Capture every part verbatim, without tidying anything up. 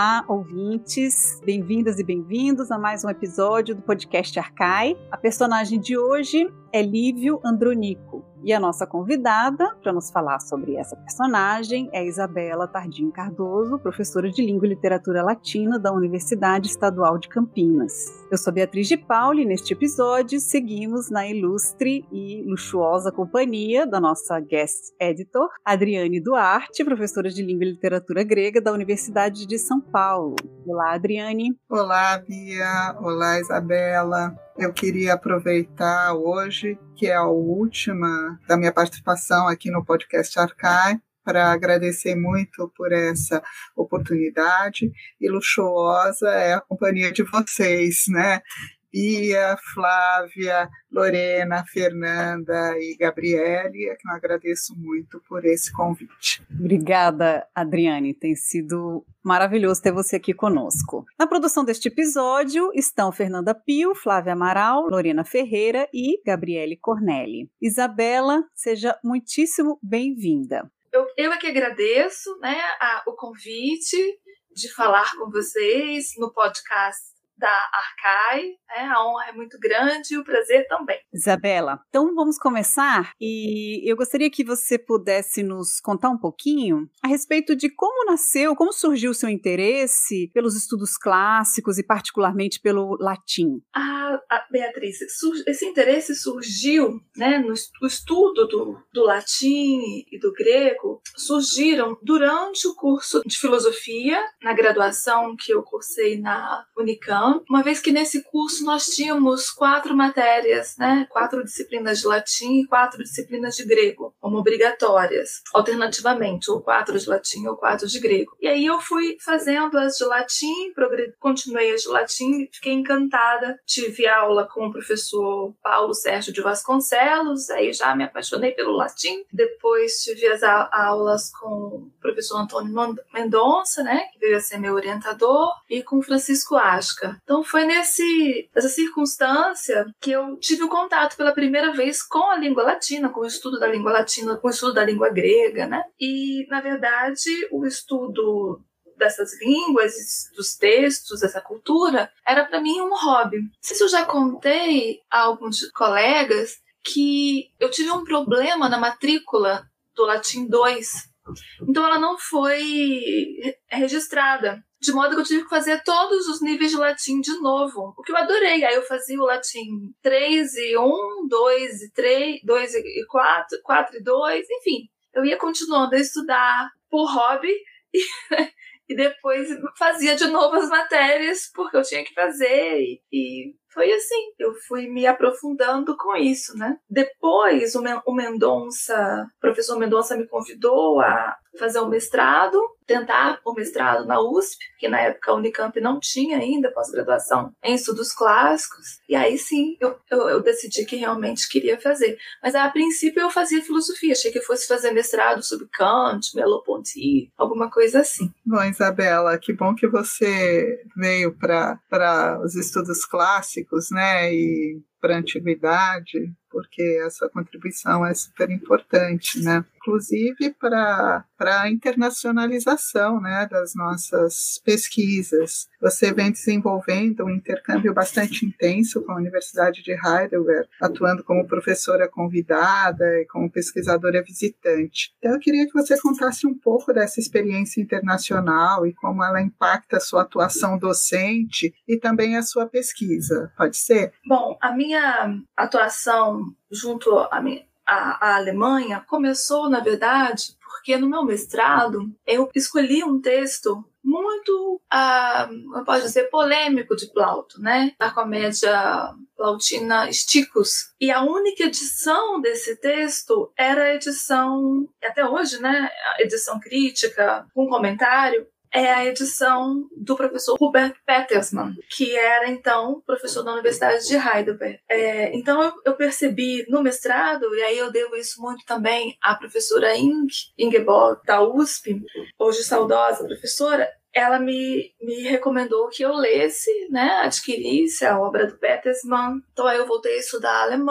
Olá, ouvintes, bem-vindas e bem-vindos a mais um episódio do podcast Arcai. A personagem de hoje é Lívio Andronico e a nossa convidada para nos falar sobre essa personagem é Isabela Tardim Cardoso, professora de Língua e Literatura Latina da Universidade Estadual de Campinas. Eu sou Beatriz de Paula e neste episódio seguimos na ilustre e luxuosa companhia da nossa guest editor, Adriane Duarte, professora de Língua e Literatura Grega da Universidade de São Paulo. Olá, Adriane. Olá, Bia. Olá, Isabela. Eu queria aproveitar hoje, que é a última da minha participação aqui no podcast Arcai, para agradecer muito por essa oportunidade, e luxuosa é a companhia de vocês, né? Bia, Flávia, Lorena, Fernanda e Gabriele, é que eu agradeço muito por esse convite. Obrigada, Adriane, tem sido maravilhoso ter você aqui conosco. Na produção deste episódio estão Fernanda Pio, Flávia Amaral, Lorena Ferreira e Gabriele Cornelli. Isabela, seja muitíssimo bem-vinda. Eu, eu é que agradeço, né, a, o convite de falar com vocês no podcast da Arcai, né? A honra é muito grande e o prazer também. Isabela, então vamos começar e eu gostaria que você pudesse nos contar um pouquinho a respeito de como nasceu, como surgiu o seu interesse pelos estudos clássicos e particularmente pelo latim. Ah, Beatriz, esse interesse surgiu, né, no estudo do, do latim e do grego, surgiram durante o curso de filosofia, na graduação que eu cursei na Unicamp, uma vez que nesse curso nós tínhamos quatro matérias, né, quatro disciplinas de latim e quatro disciplinas de grego, como obrigatórias, alternativamente, ou quatro de latim ou quatro de grego. E aí eu fui fazendo as de latim, continuei as de latim, fiquei encantada, tive aula com o professor Paulo Sérgio de Vasconcelos, aí já me apaixonei pelo latim, depois tive as a- aulas com o professor Antônio Mendonça, né, que veio a ser meu orientador, e com Francisco Asca. Então foi nesse, nessa circunstância que eu tive o contato pela primeira vez com a língua latina, com o estudo da língua latina, com o estudo da língua grega, né? E, na verdade, o estudo dessas línguas, dos textos, dessa cultura, era para mim um hobby. Não sei se eu já contei a alguns colegas que eu tive um problema na matrícula do Latim dois, então ela não foi registrada. De modo que eu tive que fazer todos os níveis de latim de novo, o que eu adorei. Aí eu fazia o latim três e um, dois e três, dois e quatro, quatro e dois, enfim. Eu ia continuando a estudar por hobby e, e depois fazia de novo as matérias, porque eu tinha que fazer. E, e foi assim, eu fui me aprofundando com isso, né? Depois o, Men- o Mendonça, o professor Mendonça me convidou a fazer o mestrado, tentar o mestrado na U S P, que na época a Unicamp não tinha ainda pós-graduação em estudos clássicos, e aí sim eu, eu, eu decidi que realmente queria fazer. Mas a princípio eu fazia filosofia, achei que eu fosse fazer mestrado sobre Kant, Merleau-Ponty, alguma coisa assim. Bom, Isabela, que bom que você veio para os estudos clássicos, né, e para a antiguidade, porque essa contribuição é super importante, né? Inclusive para a internacionalização, né, das nossas pesquisas. Você vem desenvolvendo um intercâmbio bastante intenso com a Universidade de Heidelberg, atuando como professora convidada e como pesquisadora visitante. Então, eu queria que você contasse um pouco dessa experiência internacional e como ela impacta a sua atuação docente e também a sua pesquisa. Pode ser? Bom, a minha atuação junto à, minha, à, à Alemanha começou, na verdade, porque no meu mestrado eu escolhi um texto muito, ah, eu posso dizer, polêmico de Plauto, né? A comédia plautina Sticus. E a única edição desse texto era a edição, até hoje, né? A edição crítica, com comentário, é a edição do professor Hubert Petersmann, que era, então, professor da Universidade de Heidelberg. É, então, eu, eu percebi no mestrado, e aí eu devo isso muito também à professora Ing, Ingeborg, da U S P, hoje saudosa professora, ela me, me recomendou que eu lesse, né, adquirisse a obra do Petersmann. Então, aí eu voltei a estudar alemão, por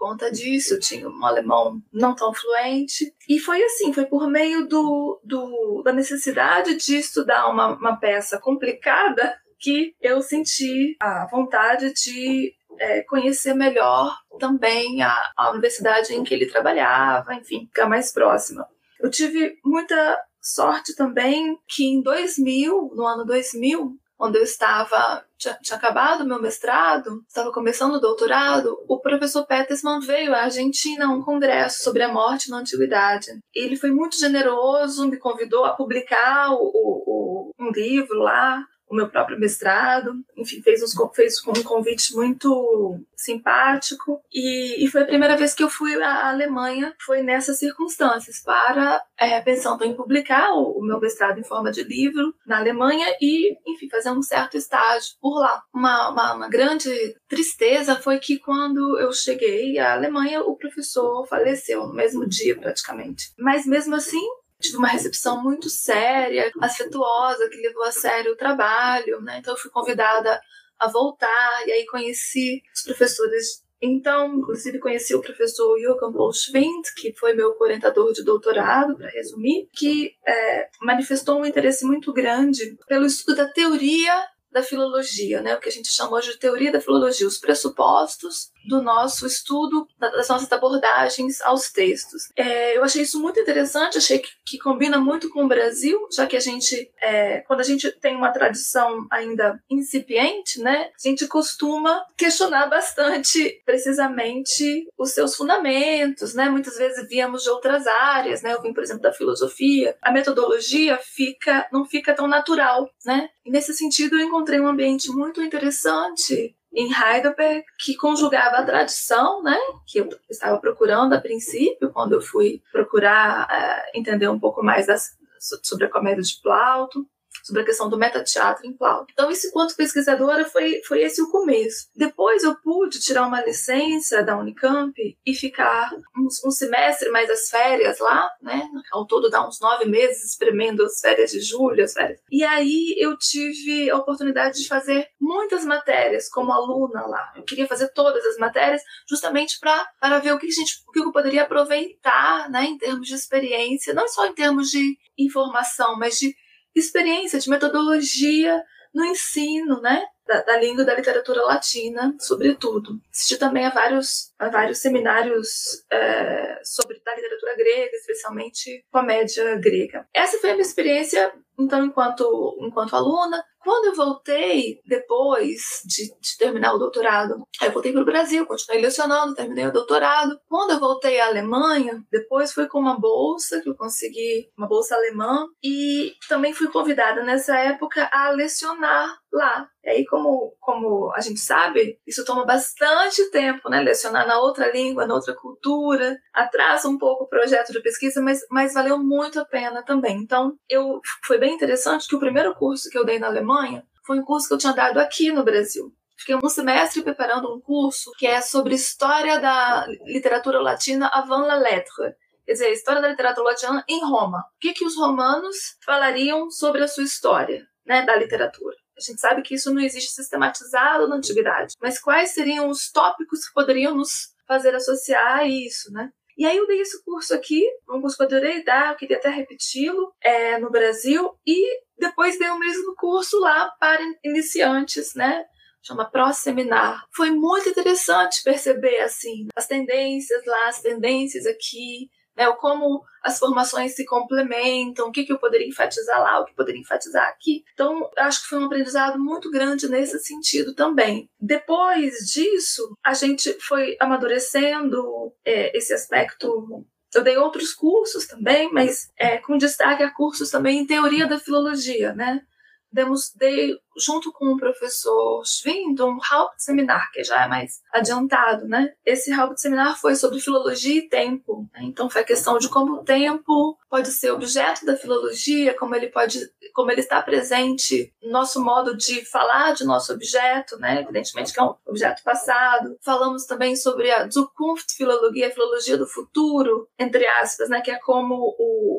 conta disso, eu tinha um alemão não tão fluente. E foi assim, foi por meio do, do, da necessidade de estudar uma, uma peça complicada que eu senti a vontade de é, conhecer melhor também a, a universidade em que ele trabalhava, enfim, ficar mais próxima. Eu tive muita sorte também que em dois mil, no ano dois mil, quando eu estava, tinha, tinha acabado o meu mestrado, estava começando o doutorado, o professor Petersman veio à Argentina a um congresso sobre a morte na antiguidade. Ele foi muito generoso, me convidou a publicar o, o, o, um livro lá, o meu próprio mestrado, enfim, fez, uns, fez um convite muito simpático, e, e foi a primeira vez que eu fui à Alemanha, foi nessas circunstâncias, para, é, pensando em publicar o, o meu mestrado em forma de livro na Alemanha e, enfim, fazer um certo estágio por lá. Uma, uma, uma grande tristeza foi que quando eu cheguei à Alemanha, o professor faleceu no mesmo dia, praticamente. Mas mesmo assim, tive uma recepção muito séria, afetuosa, que levou a sério o trabalho, né? Então eu fui convidada a voltar, e aí conheci os professores. Então, inclusive, conheci o professor Jürgen Paul-Schwindt, que foi meu orientador de doutorado, para resumir, que é, manifestou um interesse muito grande pelo estudo da teoria da filologia, né? O que a gente chamou de teoria da filologia, os pressupostos do nosso estudo, das nossas abordagens aos textos. É, eu achei isso muito interessante, achei que, que combina muito com o Brasil, já que a gente, é, quando a gente tem uma tradição ainda incipiente, né, a gente costuma questionar bastante, precisamente, os seus fundamentos, né? Muitas vezes viemos de outras áreas, né? Eu vim, por exemplo, da filosofia. A metodologia fica, não fica tão natural, né? E nesse sentido, eu encontrei um ambiente muito interessante em Heidelberg, que conjugava a tradição, né, que eu estava procurando a princípio, quando eu fui procurar uh, entender um pouco mais das, sobre a comédia de Plauto, sobre a questão do metateatro em Plauto. Então, isso, enquanto pesquisadora, foi, foi esse o começo. Depois eu pude tirar uma licença da Unicamp e ficar um, um semestre mais as férias lá, né? Ao todo dá uns nove meses, espremendo as férias de julho, as férias. E aí eu tive a oportunidade de fazer muitas matérias como aluna lá. Eu queria fazer todas as matérias justamente para para ver o que, a gente, o que eu poderia aproveitar, né, em termos de experiência, não só em termos de informação, mas de experiência, de metodologia no ensino, né, da, da língua e da literatura latina, sobretudo. Assisti também a vários, a vários seminários é, sobre da literatura grega, especialmente comédia grega. Essa foi a minha experiência, então, enquanto, enquanto aluna. Quando eu voltei, depois de, de terminar o doutorado, aí eu voltei para o Brasil, continuei lecionando, terminei o doutorado. Quando eu voltei à Alemanha, depois foi com uma bolsa, que eu consegui, uma bolsa alemã, e também fui convidada nessa época a lecionar lá. E aí, como, como a gente sabe, isso toma bastante tempo, né? Lecionar na outra língua, na outra cultura, atrasa um pouco o projeto de pesquisa, mas, mas valeu muito a pena também. Então, eu, foi bem interessante que o primeiro curso que eu dei na Alemanha foi um curso que eu tinha dado aqui no Brasil. Fiquei um semestre preparando um curso que é sobre história da literatura latina avant la lettre. Quer dizer, a história da literatura latina em Roma. O que, que os romanos falariam sobre a sua história, né, da literatura? A gente sabe que isso não existe sistematizado na antiguidade. Mas quais seriam os tópicos que poderiam nos fazer associar a isso, né? E aí eu dei esse curso aqui, um curso que eu adorei dar, eu queria até repeti-lo é, no Brasil, e depois dei o mesmo curso lá para iniciantes, né? Chama Pró-Seminar. Foi muito interessante perceber, assim, as tendências lá, as tendências aqui, né? Como as formações se complementam, o que, que eu poderia enfatizar lá, o que eu poderia enfatizar aqui. Então, acho que foi um aprendizado muito grande nesse sentido também. Depois disso, a gente foi amadurecendo é, esse aspecto. Eu dei outros cursos também, mas é, com destaque a cursos também em teoria da filologia, né? Demos, dei, junto com o professor Schwind, um Hauptseminar, que já é mais adiantado, né? Esse Hauptseminar foi sobre filologia e tempo, né? Então foi a questão de como o tempo pode ser objeto da filologia, como ele pode, como ele está presente no nosso modo de falar de nosso objeto, né? Evidentemente que é um objeto passado. Falamos também sobre a Zukunftsphilologie, a filologia do futuro, entre aspas, né? Que é como o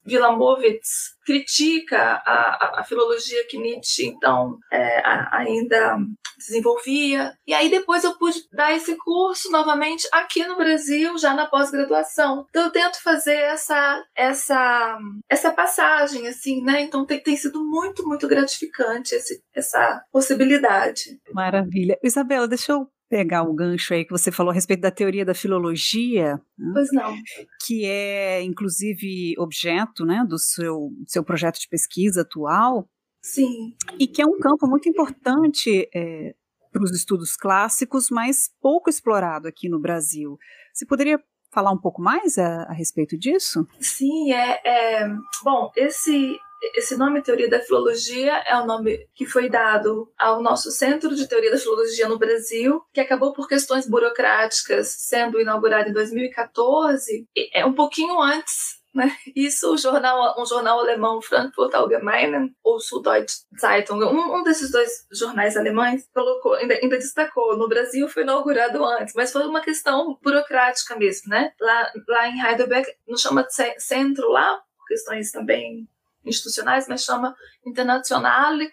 Wilamowitz critica a, a, a filologia que Nietzsche, então, é, a, ainda desenvolvia. E aí depois eu pude dar esse curso novamente aqui no Brasil, já na pós-graduação. Então eu tento fazer essa, essa, essa passagem, assim, né? Então tem, tem sido muito, muito gratificante esse, essa possibilidade. Maravilha. Isabela, deixa eu pegar o gancho aí que você falou a respeito da teoria da filologia, né? Pois não. Que é, inclusive, objeto, né, do seu, seu projeto de pesquisa atual. Sim. E que é um campo muito importante é, para os estudos clássicos, mas pouco explorado aqui no Brasil. Você poderia falar um pouco mais a, a respeito disso? Sim, é, é... Bom, esse... Esse nome Teoria da Filologia é o nome que foi dado ao nosso Centro de Teoria da Filologia no Brasil, que acabou por questões burocráticas sendo inaugurado em dois mil e catorze, é um pouquinho antes, né? Isso o jornal, um jornal alemão, Frankfurter Allgemeine, ou Süddeutsche Zeitung, um, um desses dois jornais alemães, colocou, ainda, ainda destacou, no Brasil foi inaugurado antes, mas foi uma questão burocrática mesmo, né? Lá, lá em Heidelberg, não chama de centro lá, por questões também institucionais, mas chama Internationale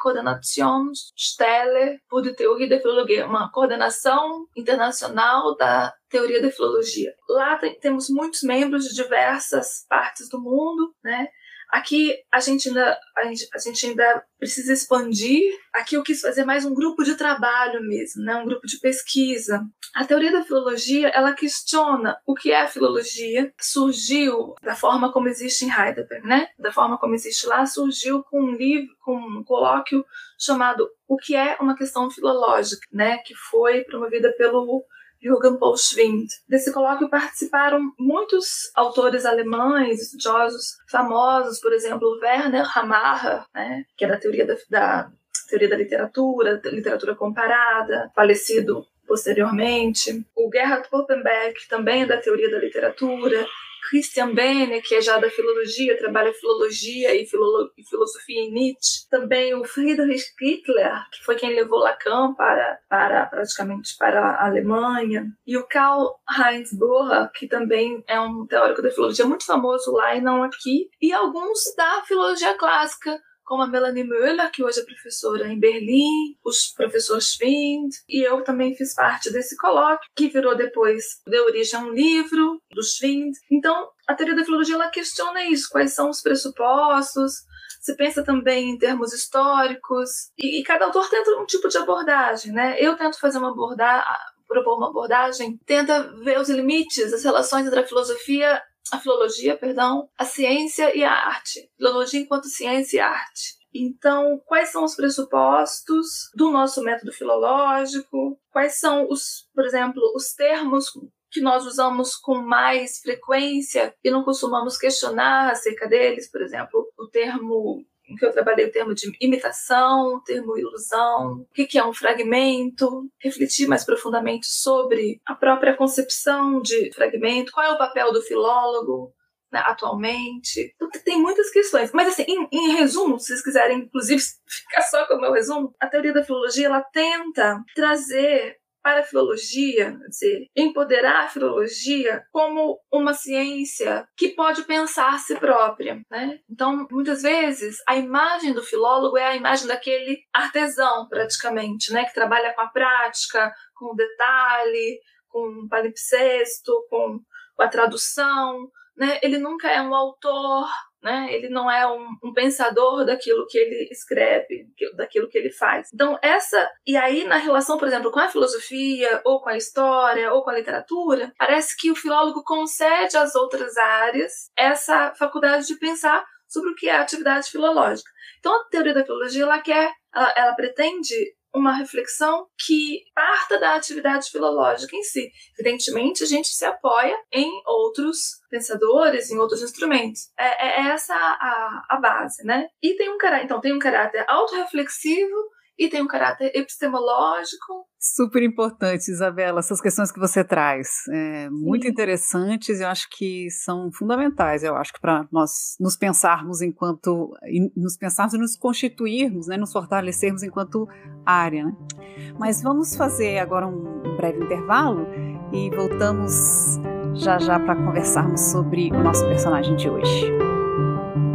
Koordinationsstelle für die Theorie der Philologie, uma coordenação internacional da teoria da filologia. Lá tem, temos muitos membros de diversas partes do mundo, né? Aqui a gente, ainda, a, gente, a gente ainda precisa expandir. Aqui eu quis fazer mais um grupo de trabalho mesmo, né? Um grupo de pesquisa. A teoria da filologia, ela questiona o que é a filologia. Surgiu da forma como existe em Heidelberg, né? Da forma como existe lá, surgiu com um livro, com um colóquio chamado O que é uma questão filológica, né? Que foi promovida pelo Jürgen Paul Schwind. Desse colóquio participaram muitos autores alemães, estudiosos famosos, por exemplo, Werner Hamacher, né, que é da teoria da, da teoria da literatura, da literatura comparada, falecido posteriormente. O Gerhard Poppenberg, que também é da teoria da literatura. Christian Bene, que é já da filologia, trabalha filologia e, filolo- e filosofia em Nietzsche. Também o Friedrich Kittler, que foi quem levou Lacan para, para, praticamente para a Alemanha. E o Karl-Heinz Bohrer, que também é um teórico da filologia muito famoso lá e não aqui. E alguns da filologia clássica, como a Melanie Müller, que hoje é professora em Berlim, os professores Schwind, e eu também fiz parte desse colóquio, que virou depois, deu origem a um livro do Schwind. Então, a teoria da filologia, ela questiona isso, quais são os pressupostos, se pensa também em termos históricos, e, e cada autor tenta um tipo de abordagem, né? Eu tento fazer uma abordagem, propor uma abordagem, tenta ver os limites, as relações entre a filosofia a filologia, perdão, a ciência e a arte. Filologia enquanto ciência e arte. Então, quais são os pressupostos do nosso método filológico? Quais são, os, por exemplo, os termos que nós usamos com mais frequência e não costumamos questionar acerca deles? Por exemplo, o termo em que eu trabalhei, o termo de imitação, o termo ilusão, o que é um fragmento, refletir mais profundamente sobre a própria concepção de fragmento, qual é o papel do filólogo, né, atualmente. Então, tem muitas questões. Mas, assim, em, em resumo, se vocês quiserem, inclusive, ficar só com o meu resumo, a teoria da filologia, ela tenta trazer para a filologia, quer dizer, empoderar a filologia como uma ciência que pode pensar a si própria, né? Então, muitas vezes, a imagem do filólogo é a imagem daquele artesão, praticamente, né? Que trabalha com a prática, com o detalhe, com o palimpsesto, com a tradução, né? Ele nunca é um autor, né? Ele não é um, um pensador daquilo que ele escreve, daquilo que ele faz. Então, essa... E aí, na relação, por exemplo, com a filosofia, ou com a história, ou com a literatura, parece que o filólogo concede às outras áreas essa faculdade de pensar sobre o que é a atividade filológica. Então, a teoria da filologia, ela quer... Ela, ela pretende uma reflexão que parta da atividade filológica em si. Evidentemente, a gente se apoia em outros pensadores, em outros instrumentos. É, é essa a, a base, né? E tem um caráter, então, tem um caráter autorreflexivo e tem um caráter epistemológico. Super importante, Isabela, essas questões que você traz. É, muito interessantes e eu acho que são fundamentais, eu acho que para nós nos pensarmos enquanto, nos pensarmos e nos constituirmos, né, nos fortalecermos enquanto área, né? Mas vamos fazer agora um, um breve intervalo e voltamos já já para conversarmos sobre o nosso personagem de hoje.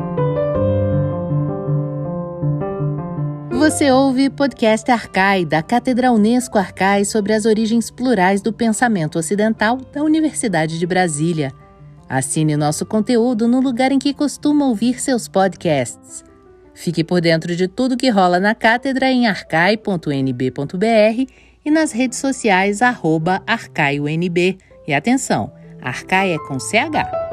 Você ouve Podcast Arcai, da Cátedra Unesco Arcai sobre as origens plurais do pensamento ocidental da Universidade de Brasília. Assine nosso conteúdo no lugar em que costuma ouvir seus podcasts. Fique por dentro de tudo que rola na cátedra em arcai ponto n b ponto b r e nas redes sociais arroba arcaiunb. E atenção, Arcai é com C H.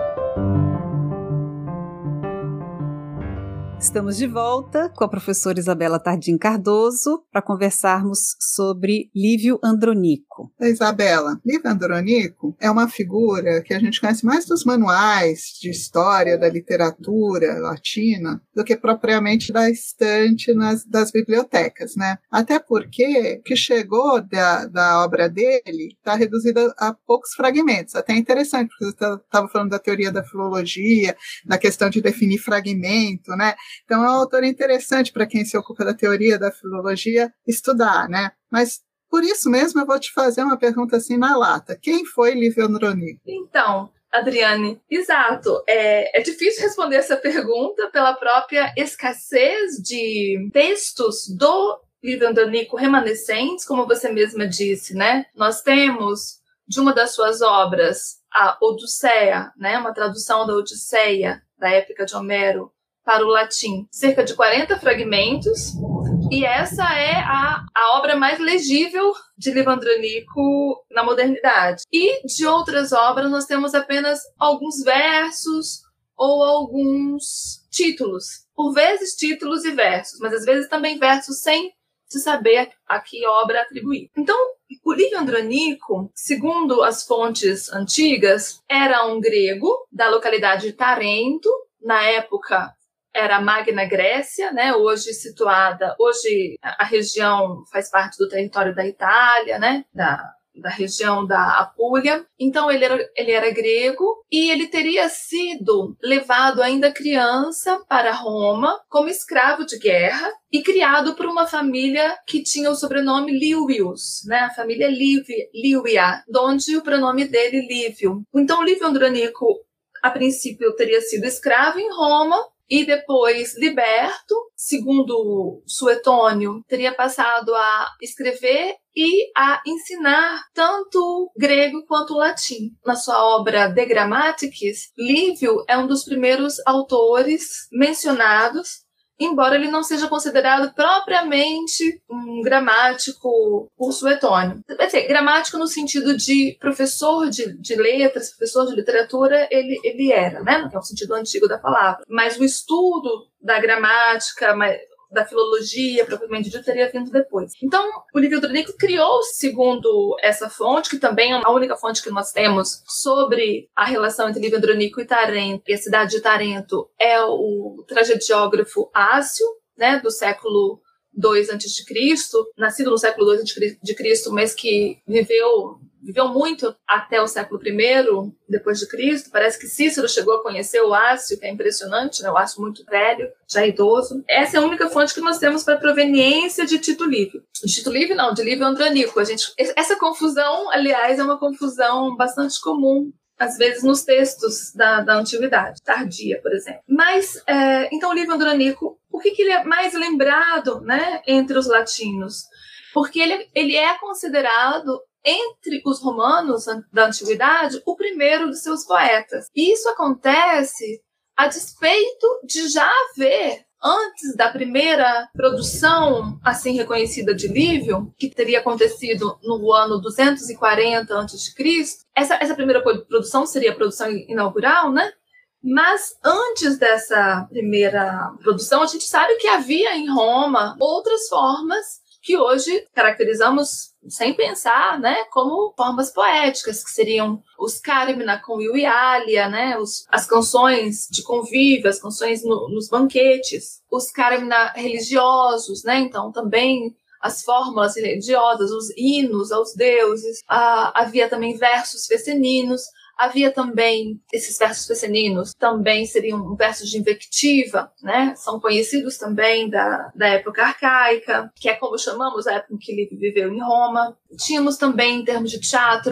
Estamos de volta com a professora Isabela Tardim Cardoso para conversarmos sobre Lívio Andrônico. Isabela, Lívio Andrônico é uma figura que a gente conhece mais dos manuais de história da literatura latina do que propriamente da estante nas, das bibliotecas, né? Até porque o que chegou da, da obra dele está reduzida a poucos fragmentos. Até é interessante, porque você estava falando da teoria da filologia, da questão de definir fragmento, né? Então, é um autor interessante para quem se ocupa da teoria da filologia estudar, né? Mas, por isso mesmo, eu vou te fazer uma pergunta assim na lata. Quem foi Lívio Andrônico? Então, Adriane, exato. É, é difícil responder essa pergunta pela própria escassez de textos do Lívio Andrônico remanescentes, como você mesma disse, né? Nós temos, de uma das suas obras, a Odisseia, né? Uma tradução da Odisseia, da época de Homero, para o latim, cerca de quarenta fragmentos, e essa é a, a obra mais legível de Lívio Andrônico na modernidade. E de outras obras nós temos apenas alguns versos ou alguns títulos, por vezes títulos e versos, mas às vezes também versos sem se saber a que obra atribuir. Então, o Lívio Andrônico, segundo as fontes antigas, era um grego da localidade de Tarento, na época era a Magna Grécia, né? Hoje situada, hoje a região faz parte do território da Itália, né? Da, da região da Apulia. Então ele era, ele era grego e ele teria sido levado ainda criança para Roma como escravo de guerra e criado por uma família que tinha o sobrenome Livius, né? A família Livia, Livia, onde o pronome dele Lívio. Então Lívio Andrônico, a princípio, teria sido escravo em Roma, e depois liberto, segundo Suetônio, teria passado a escrever e a ensinar tanto grego quanto latim. Na sua obra De Grammaticis, Lívio é um dos primeiros autores mencionados, embora ele não seja considerado propriamente um gramático por Suetônio. Quer dizer, gramático no sentido de professor de, de letras, professor de literatura, ele, ele era, né? É o sentido antigo da palavra. Mas o estudo da gramática, da filologia, propriamente dito, teria vindo depois. Então, o Lívio Andrônico criou, segundo essa fonte, que também é a única fonte que nós temos sobre a relação entre Lívio Andrônico e Tarento, e a cidade de Tarento é o tragediógrafo Ácio, né, do século dois antes de Cristo, nascido no século dois antes de Cristo, mas que viveu... Viveu muito até o século primeiro, depois de Cristo. Parece que Cícero chegou a conhecer o Ácio, que é impressionante, né? O Ácio muito velho, já idoso. Essa é a única fonte que nós temos para a proveniência de Tito Livio. De Tito Livio, não, de Lívio Andrônico. A gente, essa confusão, aliás, é uma confusão bastante comum, às vezes, nos textos da, da antiguidade, tardia, por exemplo. Mas, é, então, o Lívio Andrônico, por que, que ele é mais lembrado, né, entre os latinos? Porque ele, ele é considerado, entre os romanos da antiguidade, o primeiro de seus poetas. E isso acontece a despeito de já haver, antes da primeira produção assim reconhecida de Lívio, que teria acontecido no ano duzentos e quarenta antes de Cristo, essa, essa primeira produção seria a produção inaugural, né? Mas antes dessa primeira produção, a gente sabe que havia em Roma outras formas que hoje caracterizamos, sem pensar, né, como formas poéticas, que seriam os Carmina convivialia, né, os, as canções de convívio, as canções no, nos banquetes, os Carmina religiosos, né, então também as fórmulas religiosas, os hinos aos deuses, ah, havia também versos feceninos. Havia também, esses versos feceninos também seriam versos de invectiva, né? São conhecidos também da, da época arcaica, que é como chamamos a época em que Lívio viveu em Roma. Tínhamos também, em termos de teatro,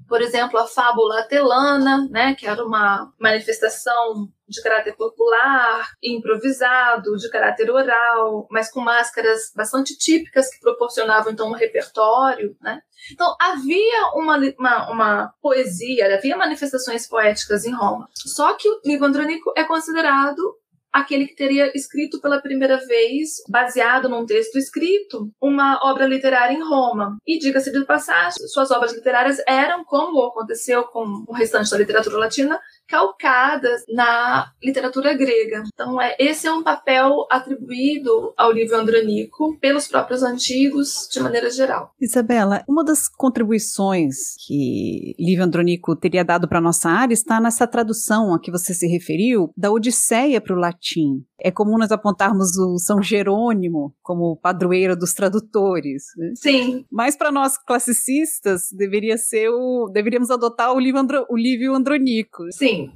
por exemplo, a fábula atelana, né, que era uma manifestação de caráter popular, improvisado, de caráter oral, mas com máscaras bastante típicas que proporcionavam, então, um repertório, né? Então, havia uma, uma, uma poesia, havia manifestações poéticas em Roma. Só que o Livio Andronico é considerado aquele que teria escrito pela primeira vez, baseado num texto escrito, uma obra literária em Roma. E, diga-se de passagem, suas obras literárias eram, como aconteceu com o restante da literatura latina, calcadas na literatura grega. Então, é, esse é um papel atribuído ao Livio Andronico pelos próprios antigos, de maneira geral. Isabela, uma das contribuições que Livio Andronico teria dado para a nossa área está nessa tradução a que você se referiu, da Odisseia para o latim. É comum nós apontarmos o São Jerônimo como padroeiro dos tradutores, né? Sim. Mas para nós classicistas deveria ser o, deveríamos adotar o Livio, Andro, o Livio Andronico. Sim.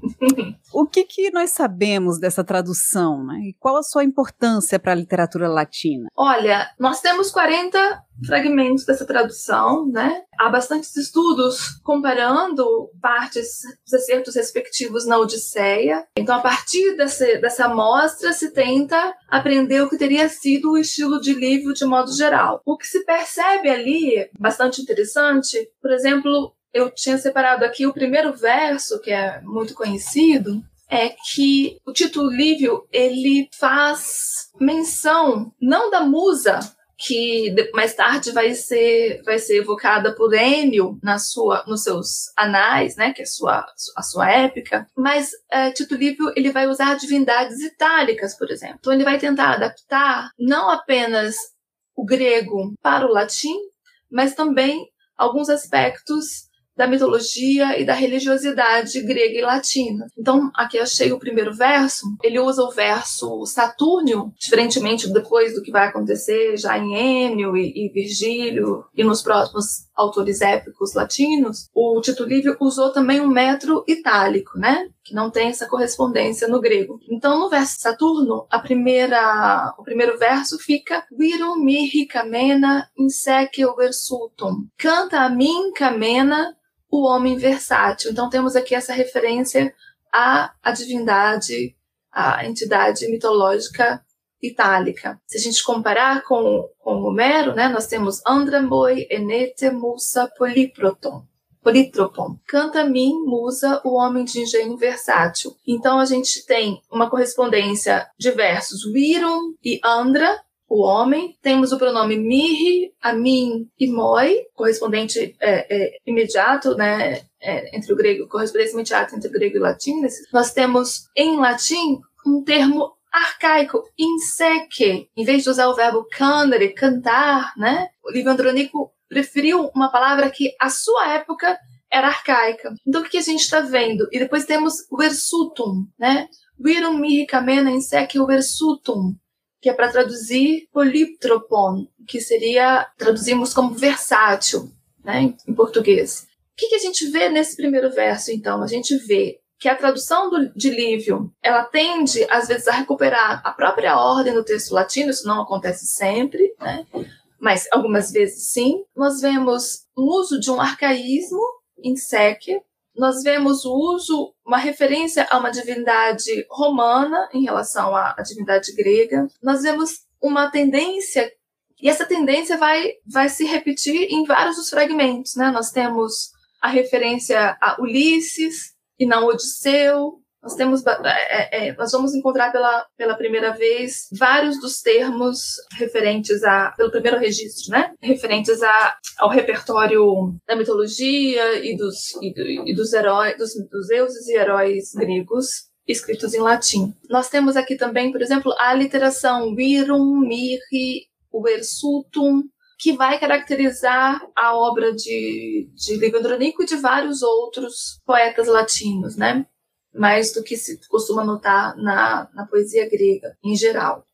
O que, que nós sabemos dessa tradução, né? E qual a sua importância para a literatura latina? Olha, nós temos quarenta fragmentos dessa tradução, né? Há bastantes estudos comparando partes dos excertos respectivos na Odisseia. Então, a partir dessa, dessa amostra, se tenta aprender o que teria sido o estilo de Livio de modo geral. O que se percebe ali, bastante interessante, por exemplo, eu tinha separado aqui o primeiro verso, que é muito conhecido, é que o Tito Livio, ele faz menção, não da musa, que mais tarde vai ser, vai ser evocada por Enio na sua, nos seus anais, né, que é a sua, a sua épica, mas é, Tito Livio ele vai usar divindades itálicas, por exemplo. Então ele vai tentar adaptar não apenas o grego para o latim, mas também alguns aspectos da mitologia e da religiosidade grega e latina. Então, aqui eu achei o primeiro verso, ele usa o verso satúrnio, diferentemente depois do que vai acontecer já em Ênio e, e Virgílio e nos próximos autores épicos latinos. O Tito Livio usou também um metro itálico, né? Que não tem essa correspondência no grego. Então, no verso Saturno, a primeira, o primeiro verso fica Virum mihi camena insequio versutum. Canta a mim, Camena, o homem versátil. Então, temos aqui essa referência à, à divindade, à entidade mitológica itálica. Se a gente comparar com, com Homero, né, nós temos Andramoi enete musa polyproton. Politropon. Canta a mim, musa, o homem de engenho versátil. Então a gente tem uma correspondência de versos Virum e Andra, o homem. Temos o pronome mihi, a mim e moi, correspondente é, é, imediato, né, é, entre o grego, correspondência imediata entre o grego e o latim. Nós temos em latim um termo arcaico, inseque. Em vez de usar o verbo candere, cantar, né, o Livio Andronico preferiu uma palavra que a sua época era arcaica. Então o que a gente está vendo? E depois temos o versutum, né? Virum mihi camena insequio versutum, que é para traduzir poliptropon, que seria, traduzimos como versátil, né, em português. O que, que a gente vê nesse primeiro verso, então? A gente vê que a tradução do, de Livio, ela tende, às vezes, a recuperar a própria ordem do texto latino, isso não acontece sempre, né? Mas algumas vezes sim. Nós vemos o uso de um arcaísmo em seque, nós vemos o uso, uma referência a uma divindade romana em relação à, à divindade grega, nós vemos uma tendência, e essa tendência vai, vai se repetir em vários dos fragmentos, né? Nós temos a referência a Ulisses e não Odisseu. Nós, temos, é, é, nós vamos encontrar pela, pela primeira vez vários dos termos referentes a, pelo primeiro registro, né? Referentes a, ao repertório da mitologia e dos, e, do, e dos heróis, dos, dos deuses e heróis gregos escritos em latim. Nós temos aqui também, por exemplo, a aliteração Virum mihi versutum, que vai caracterizar a obra de, de Livio Andronico e de vários outros poetas latinos, né? Mais do que se costuma notar na, na poesia grega, em geral.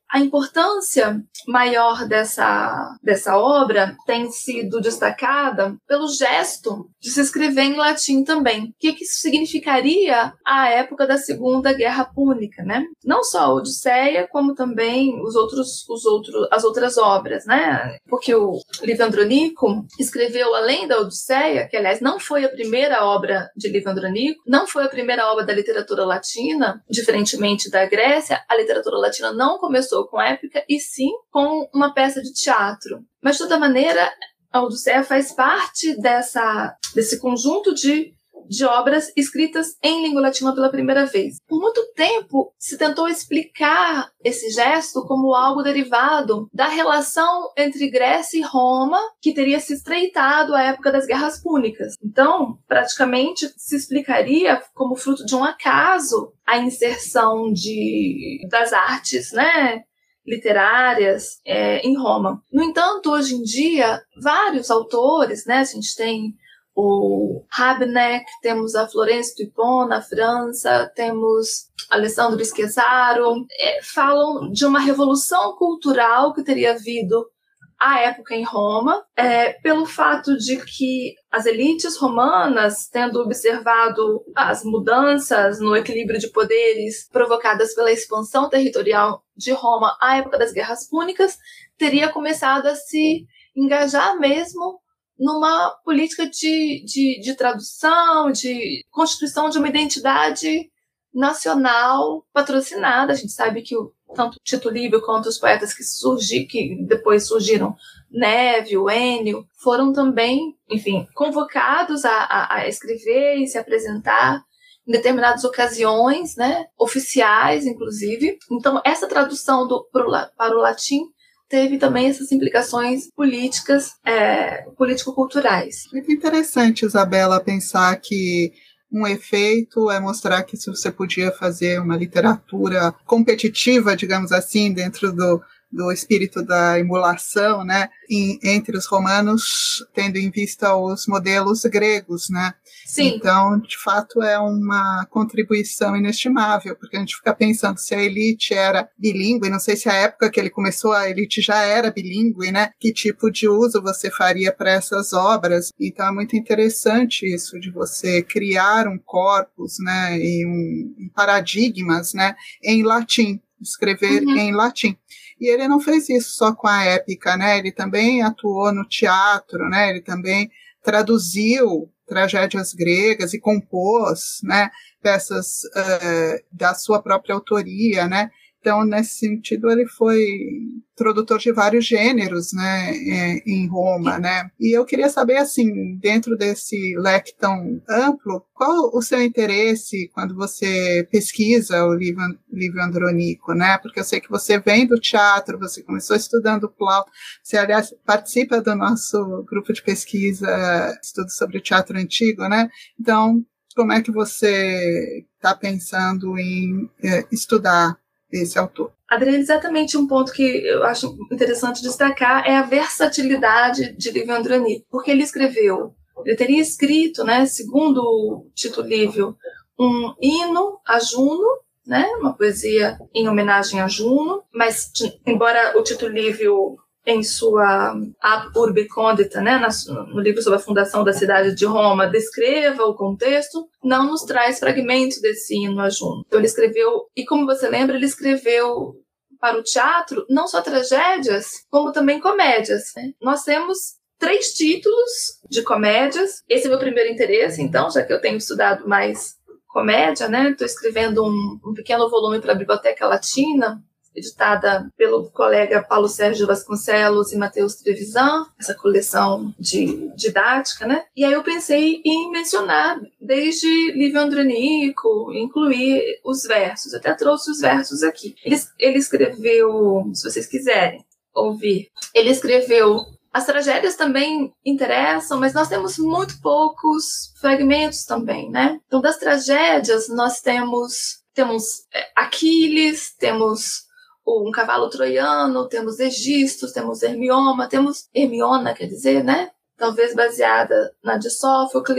a importância maior dessa, dessa obra tem sido destacada pelo gesto de se escrever em latim também. O que, que isso significaria à época da Segunda Guerra Púnica, né? Não só a Odisseia, como também os outros, os outros, as outras obras, né? Porque o Livio Andronico escreveu, além da Odisseia, que aliás não foi a primeira obra de Livio Andronico, não foi a primeira obra da literatura latina, diferentemente da Grécia, a literatura latina não começou com épica, e sim com uma peça de teatro. Mas, de toda maneira, a Odisseia faz parte dessa, desse conjunto de, de obras escritas em língua latina pela primeira vez. Por muito tempo, se tentou explicar esse gesto como algo derivado da relação entre Grécia e Roma, que teria se estreitado à época das Guerras Púnicas. Então, praticamente, se explicaria como fruto de um acaso a inserção de, das artes, né, literárias é, em Roma. No entanto, hoje em dia, vários autores, né, a gente tem o Habeneck, temos a Florence Dupont na França, temos Alessandro Schezzaro, é, falam de uma revolução cultural que teria havido à época em Roma, é, pelo fato de que as elites romanas, tendo observado as mudanças no equilíbrio de poderes provocadas pela expansão territorial de Roma à época das Guerras Púnicas, teria começado a se engajar mesmo numa política de, de, de tradução, de constituição de uma identidade nacional patrocinada. A gente sabe que o, tanto Tito Livio quanto os poetas que, surgi, que depois surgiram, Névio, Enio, foram também, enfim, convocados a, a, a escrever e se apresentar em determinadas ocasiões, né, oficiais, inclusive. Então, essa tradução do, pro, para o latim teve também essas implicações políticas, é, político-culturais. Muito interessante, Isabela, pensar que um efeito é mostrar que se você podia fazer uma literatura competitiva, digamos assim, dentro do, do espírito da emulação, né, em, entre os romanos, tendo em vista os modelos gregos, né? Sim. Então, de fato, é uma contribuição inestimável, porque a gente fica pensando se a elite era bilíngue, não sei se a época que ele começou a elite já era bilíngue, né? Que tipo de uso você faria para essas obras? Então, é muito interessante isso de você criar um corpus, né, e um, paradigmas, né, em latim, escrever uhum. em latim. E ele não fez isso só com a épica, né? Ele também atuou no teatro, né? Ele também traduziu tragédias gregas e compôs, né, peças uh, da sua própria autoria, né? Então, nesse sentido, ele foi introdutor de vários gêneros, né, em Roma, né? E eu queria saber, assim, dentro desse leque tão amplo, qual o seu interesse quando você pesquisa o Livio, Livio Andronico, né? Porque eu sei que você vem do teatro, você começou estudando Plauto, você, aliás, participa do nosso grupo de pesquisa, estudo sobre o teatro antigo, né? Então, como é que você está pensando em é, estudar esse autor? Adriana, exatamente um ponto que eu acho interessante destacar é a versatilidade de Livio Andronico, porque ele escreveu, ele teria escrito, né, segundo Tito Livio, um hino a Juno, né, uma poesia em homenagem a Juno, mas embora o Tito Livio, em sua Ab Urbe Condita, né, no livro sobre a fundação da cidade de Roma, descreva o contexto, não nos traz fragmentos desse hino a Juno. Então ele escreveu, e como você lembra, ele escreveu para o teatro não só tragédias, como também comédias, né? Nós temos três títulos de comédias. Esse é meu primeiro interesse, então, já que eu tenho estudado mais comédia, né? Estou escrevendo um, um pequeno volume para a Biblioteca Latina, editada pelo colega Paulo Sérgio Vasconcelos e Matheus Trevisan, essa coleção de didática, né? E aí eu pensei em mencionar desde Livio Andronico, incluir os versos. Até trouxe os versos aqui. Ele, ele escreveu, se vocês quiserem ouvir, ele escreveu... As tragédias também interessam, mas nós temos muito poucos fragmentos também, né? Então, das tragédias, nós temos, temos Aquiles, temos um cavalo troiano, temos Egistos, temos Hermioma, temos Hermiona, quer dizer, né? Talvez baseada na de Sófocles.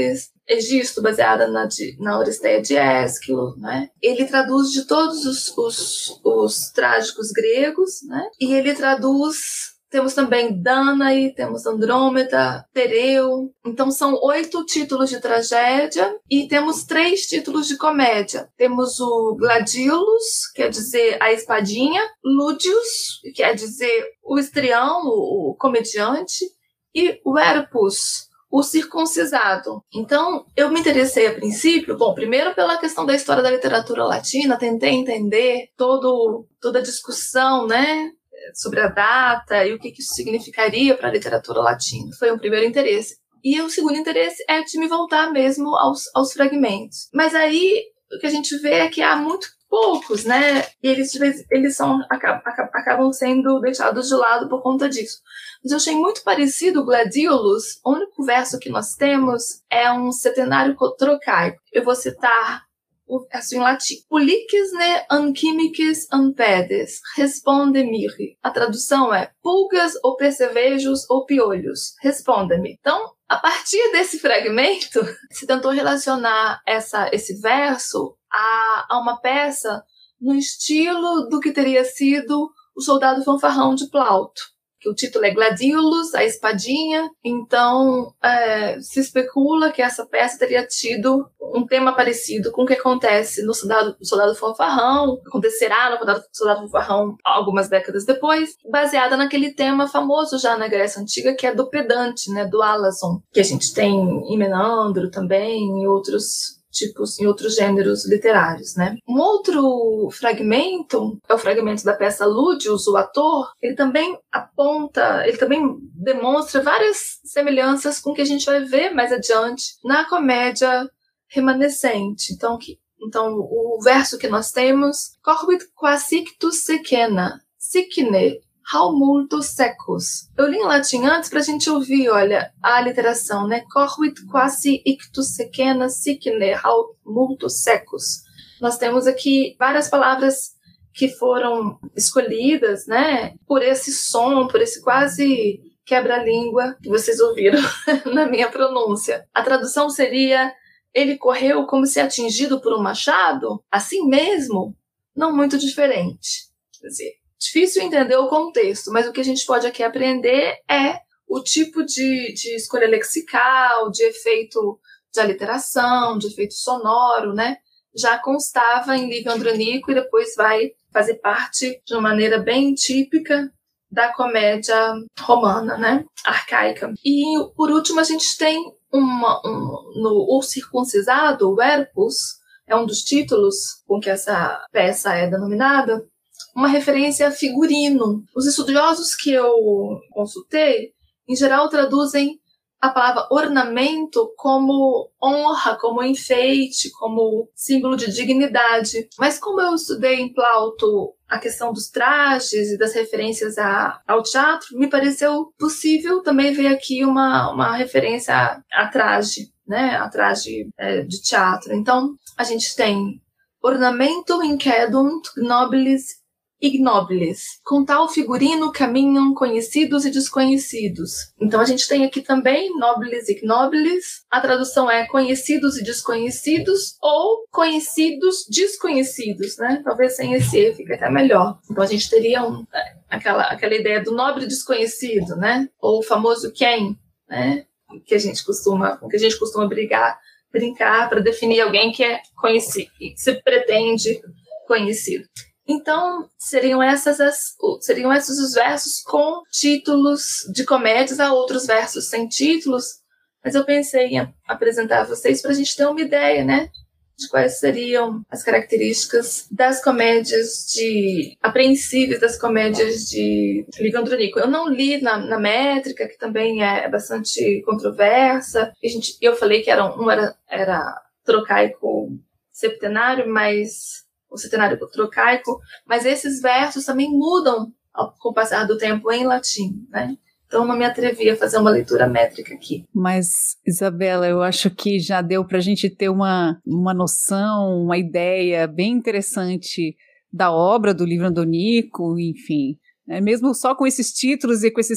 Egisto, baseada na, na Oristeia de Ésquilo, né? Ele traduz de todos os, os, os trágicos gregos, né? E ele traduz... Temos também Danae, temos Andrômeda, Tereu. Então são oito títulos de tragédia e temos três títulos de comédia. Temos o Gladiolus, quer dizer a espadinha, Lúdius, quer dizer o estrião, o, o comediante, e o Erpus, o circuncisado. Então, eu me interessei a princípio, bom, primeiro pela questão da história da literatura latina, tentei entender todo, toda a discussão, né, sobre a data e o que isso significaria para a literatura latina. Foi um primeiro interesse. E o segundo interesse é de me voltar mesmo aos, aos fragmentos. Mas aí, o que a gente vê é que há muito poucos, né? E eles, eles são, acabam, acabam sendo deixados de lado por conta disso. Mas eu achei muito parecido o Gladiolus. O único verso que nós temos é um setenário trocaico. Eu vou citar o verso em latim. Puliques ne anquimiques anpedes, responde-me. A tradução é pulgas ou percevejos ou piolhos, responda-me. Então, a partir desse fragmento, se tentou relacionar essa, esse verso a, a uma peça no estilo do que teria sido o Soldado Fanfarrão de Plauto, que o título é Gladiolus, a espadinha. Então, é, se especula que essa peça teria tido um tema parecido com o que acontece no Soldado, Soldado Fanfarrão, acontecerá no Soldado Fanfarrão algumas décadas depois, baseada naquele tema famoso já na Grécia Antiga, que é do pedante, né, do Alason, que a gente tem em Menandro também, em outros tipos, em outros gêneros literários, né? Um outro fragmento é o fragmento da peça Lúdius, o ator. Ele também aponta, ele também demonstra várias semelhanças com o que a gente vai ver mais adiante na comédia remanescente. Então, que, então o verso que nós temos: Corvit quas ictus secena, sicne, how multos secus. Eu li em latim antes para a gente ouvir, olha, a aliteração, né? Corvit quasi ictus secena, sicne, how multos secus. Nós temos aqui várias palavras que foram escolhidas, né? Por esse som, por esse quase quebra-língua que vocês ouviram na minha pronúncia. A tradução seria: ele correu como se atingido por um machado? Assim mesmo? Não muito diferente. Quer dizer, difícil entender o contexto, mas o que a gente pode aqui aprender é o tipo de, de escolha lexical, de efeito de aliteração, de efeito sonoro, né? Já constava em Livio Andronico e depois vai fazer parte de uma maneira bem típica da comédia romana, né? Arcaica. E, por último, a gente tem uma, um, no O Circuncisado, o Erpus, é um dos títulos com que essa peça é denominada, uma referência a figurino. Os estudiosos que eu consultei, em geral, traduzem a palavra ornamento como honra, como enfeite, como símbolo de dignidade. Mas como eu estudei em Plauto a questão dos trajes e das referências a, ao teatro, me pareceu possível também ver aqui uma, uma referência a, a traje, né? A traje é, de teatro. Então, a gente tem ornamento incedunt nobilis ignobilis. Com tal figurino caminham conhecidos e desconhecidos. Então a gente tem aqui também nobilis ignobilis. A tradução é conhecidos e desconhecidos ou conhecidos desconhecidos, né? Talvez sem esse E fica até melhor. Então a gente teria um, aquela, aquela ideia do nobre desconhecido, né? Ou o famoso quem, né? Que a gente costuma, que a gente costuma brigar, brincar para definir alguém que é conhecido, que se pretende conhecido. Então, seriam, essas as, seriam esses os versos com títulos de comédias, há outros versos sem títulos, mas eu pensei em apresentar a vocês para a gente ter uma ideia, né, de quais seriam as características das comédias de apreensíveis, das comédias de Livio Andronico. Eu não li na, na métrica, que também é bastante controversa. A gente, eu falei que era, um era, era trocaico septenário, mas o setenário trocaico, mas esses versos também mudam ao, com o passar do tempo em latim, né? Então não me atrevi a fazer uma leitura métrica aqui. Mas, Isabela, eu acho que já deu para a gente ter uma, uma noção, uma ideia bem interessante da obra do Livio Andronico, enfim, né? Mesmo só com esses títulos e com esses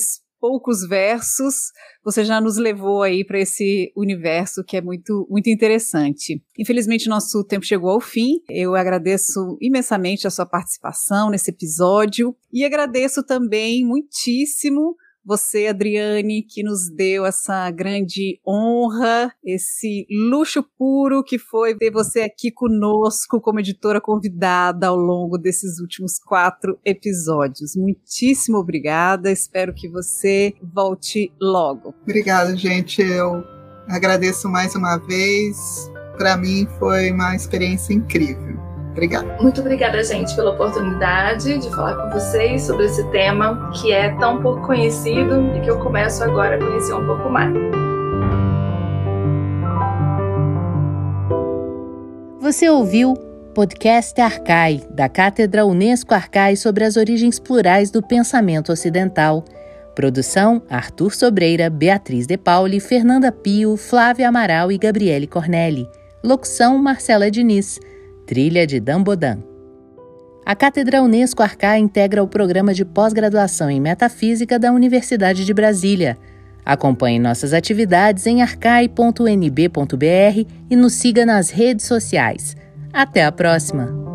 poucos versos, você já nos levou aí para esse universo que é muito, muito interessante. Infelizmente, nosso tempo chegou ao fim. Eu agradeço imensamente a sua participação nesse episódio e agradeço também muitíssimo você, Adriane, que nos deu essa grande honra, esse luxo puro que foi ter você aqui conosco como editora convidada ao longo desses últimos quatro episódios. Muitíssimo obrigada, espero que você volte logo. Obrigada, gente, eu agradeço mais uma vez, para mim foi uma experiência incrível. Obrigada. Muito obrigada, gente, pela oportunidade de falar com vocês sobre esse tema que é tão pouco conhecido e que eu começo agora a conhecer um pouco mais. Você ouviu Podcast Arcai, da Cátedra Unesco Arcai sobre as origens plurais do pensamento ocidental. Produção: Arthur Sobreira, Beatriz De Pauli, Fernanda Pio, Flávia Amaral e Gabriele Cornelli. Locução: Marcela Diniz. Trilha de Dan Bodan. A Cátedra Unesco Arcai integra o programa de pós-graduação em Metafísica da Universidade de Brasília. Acompanhe nossas atividades em arcai ponto u n b ponto b r e nos siga nas redes sociais. Até a próxima!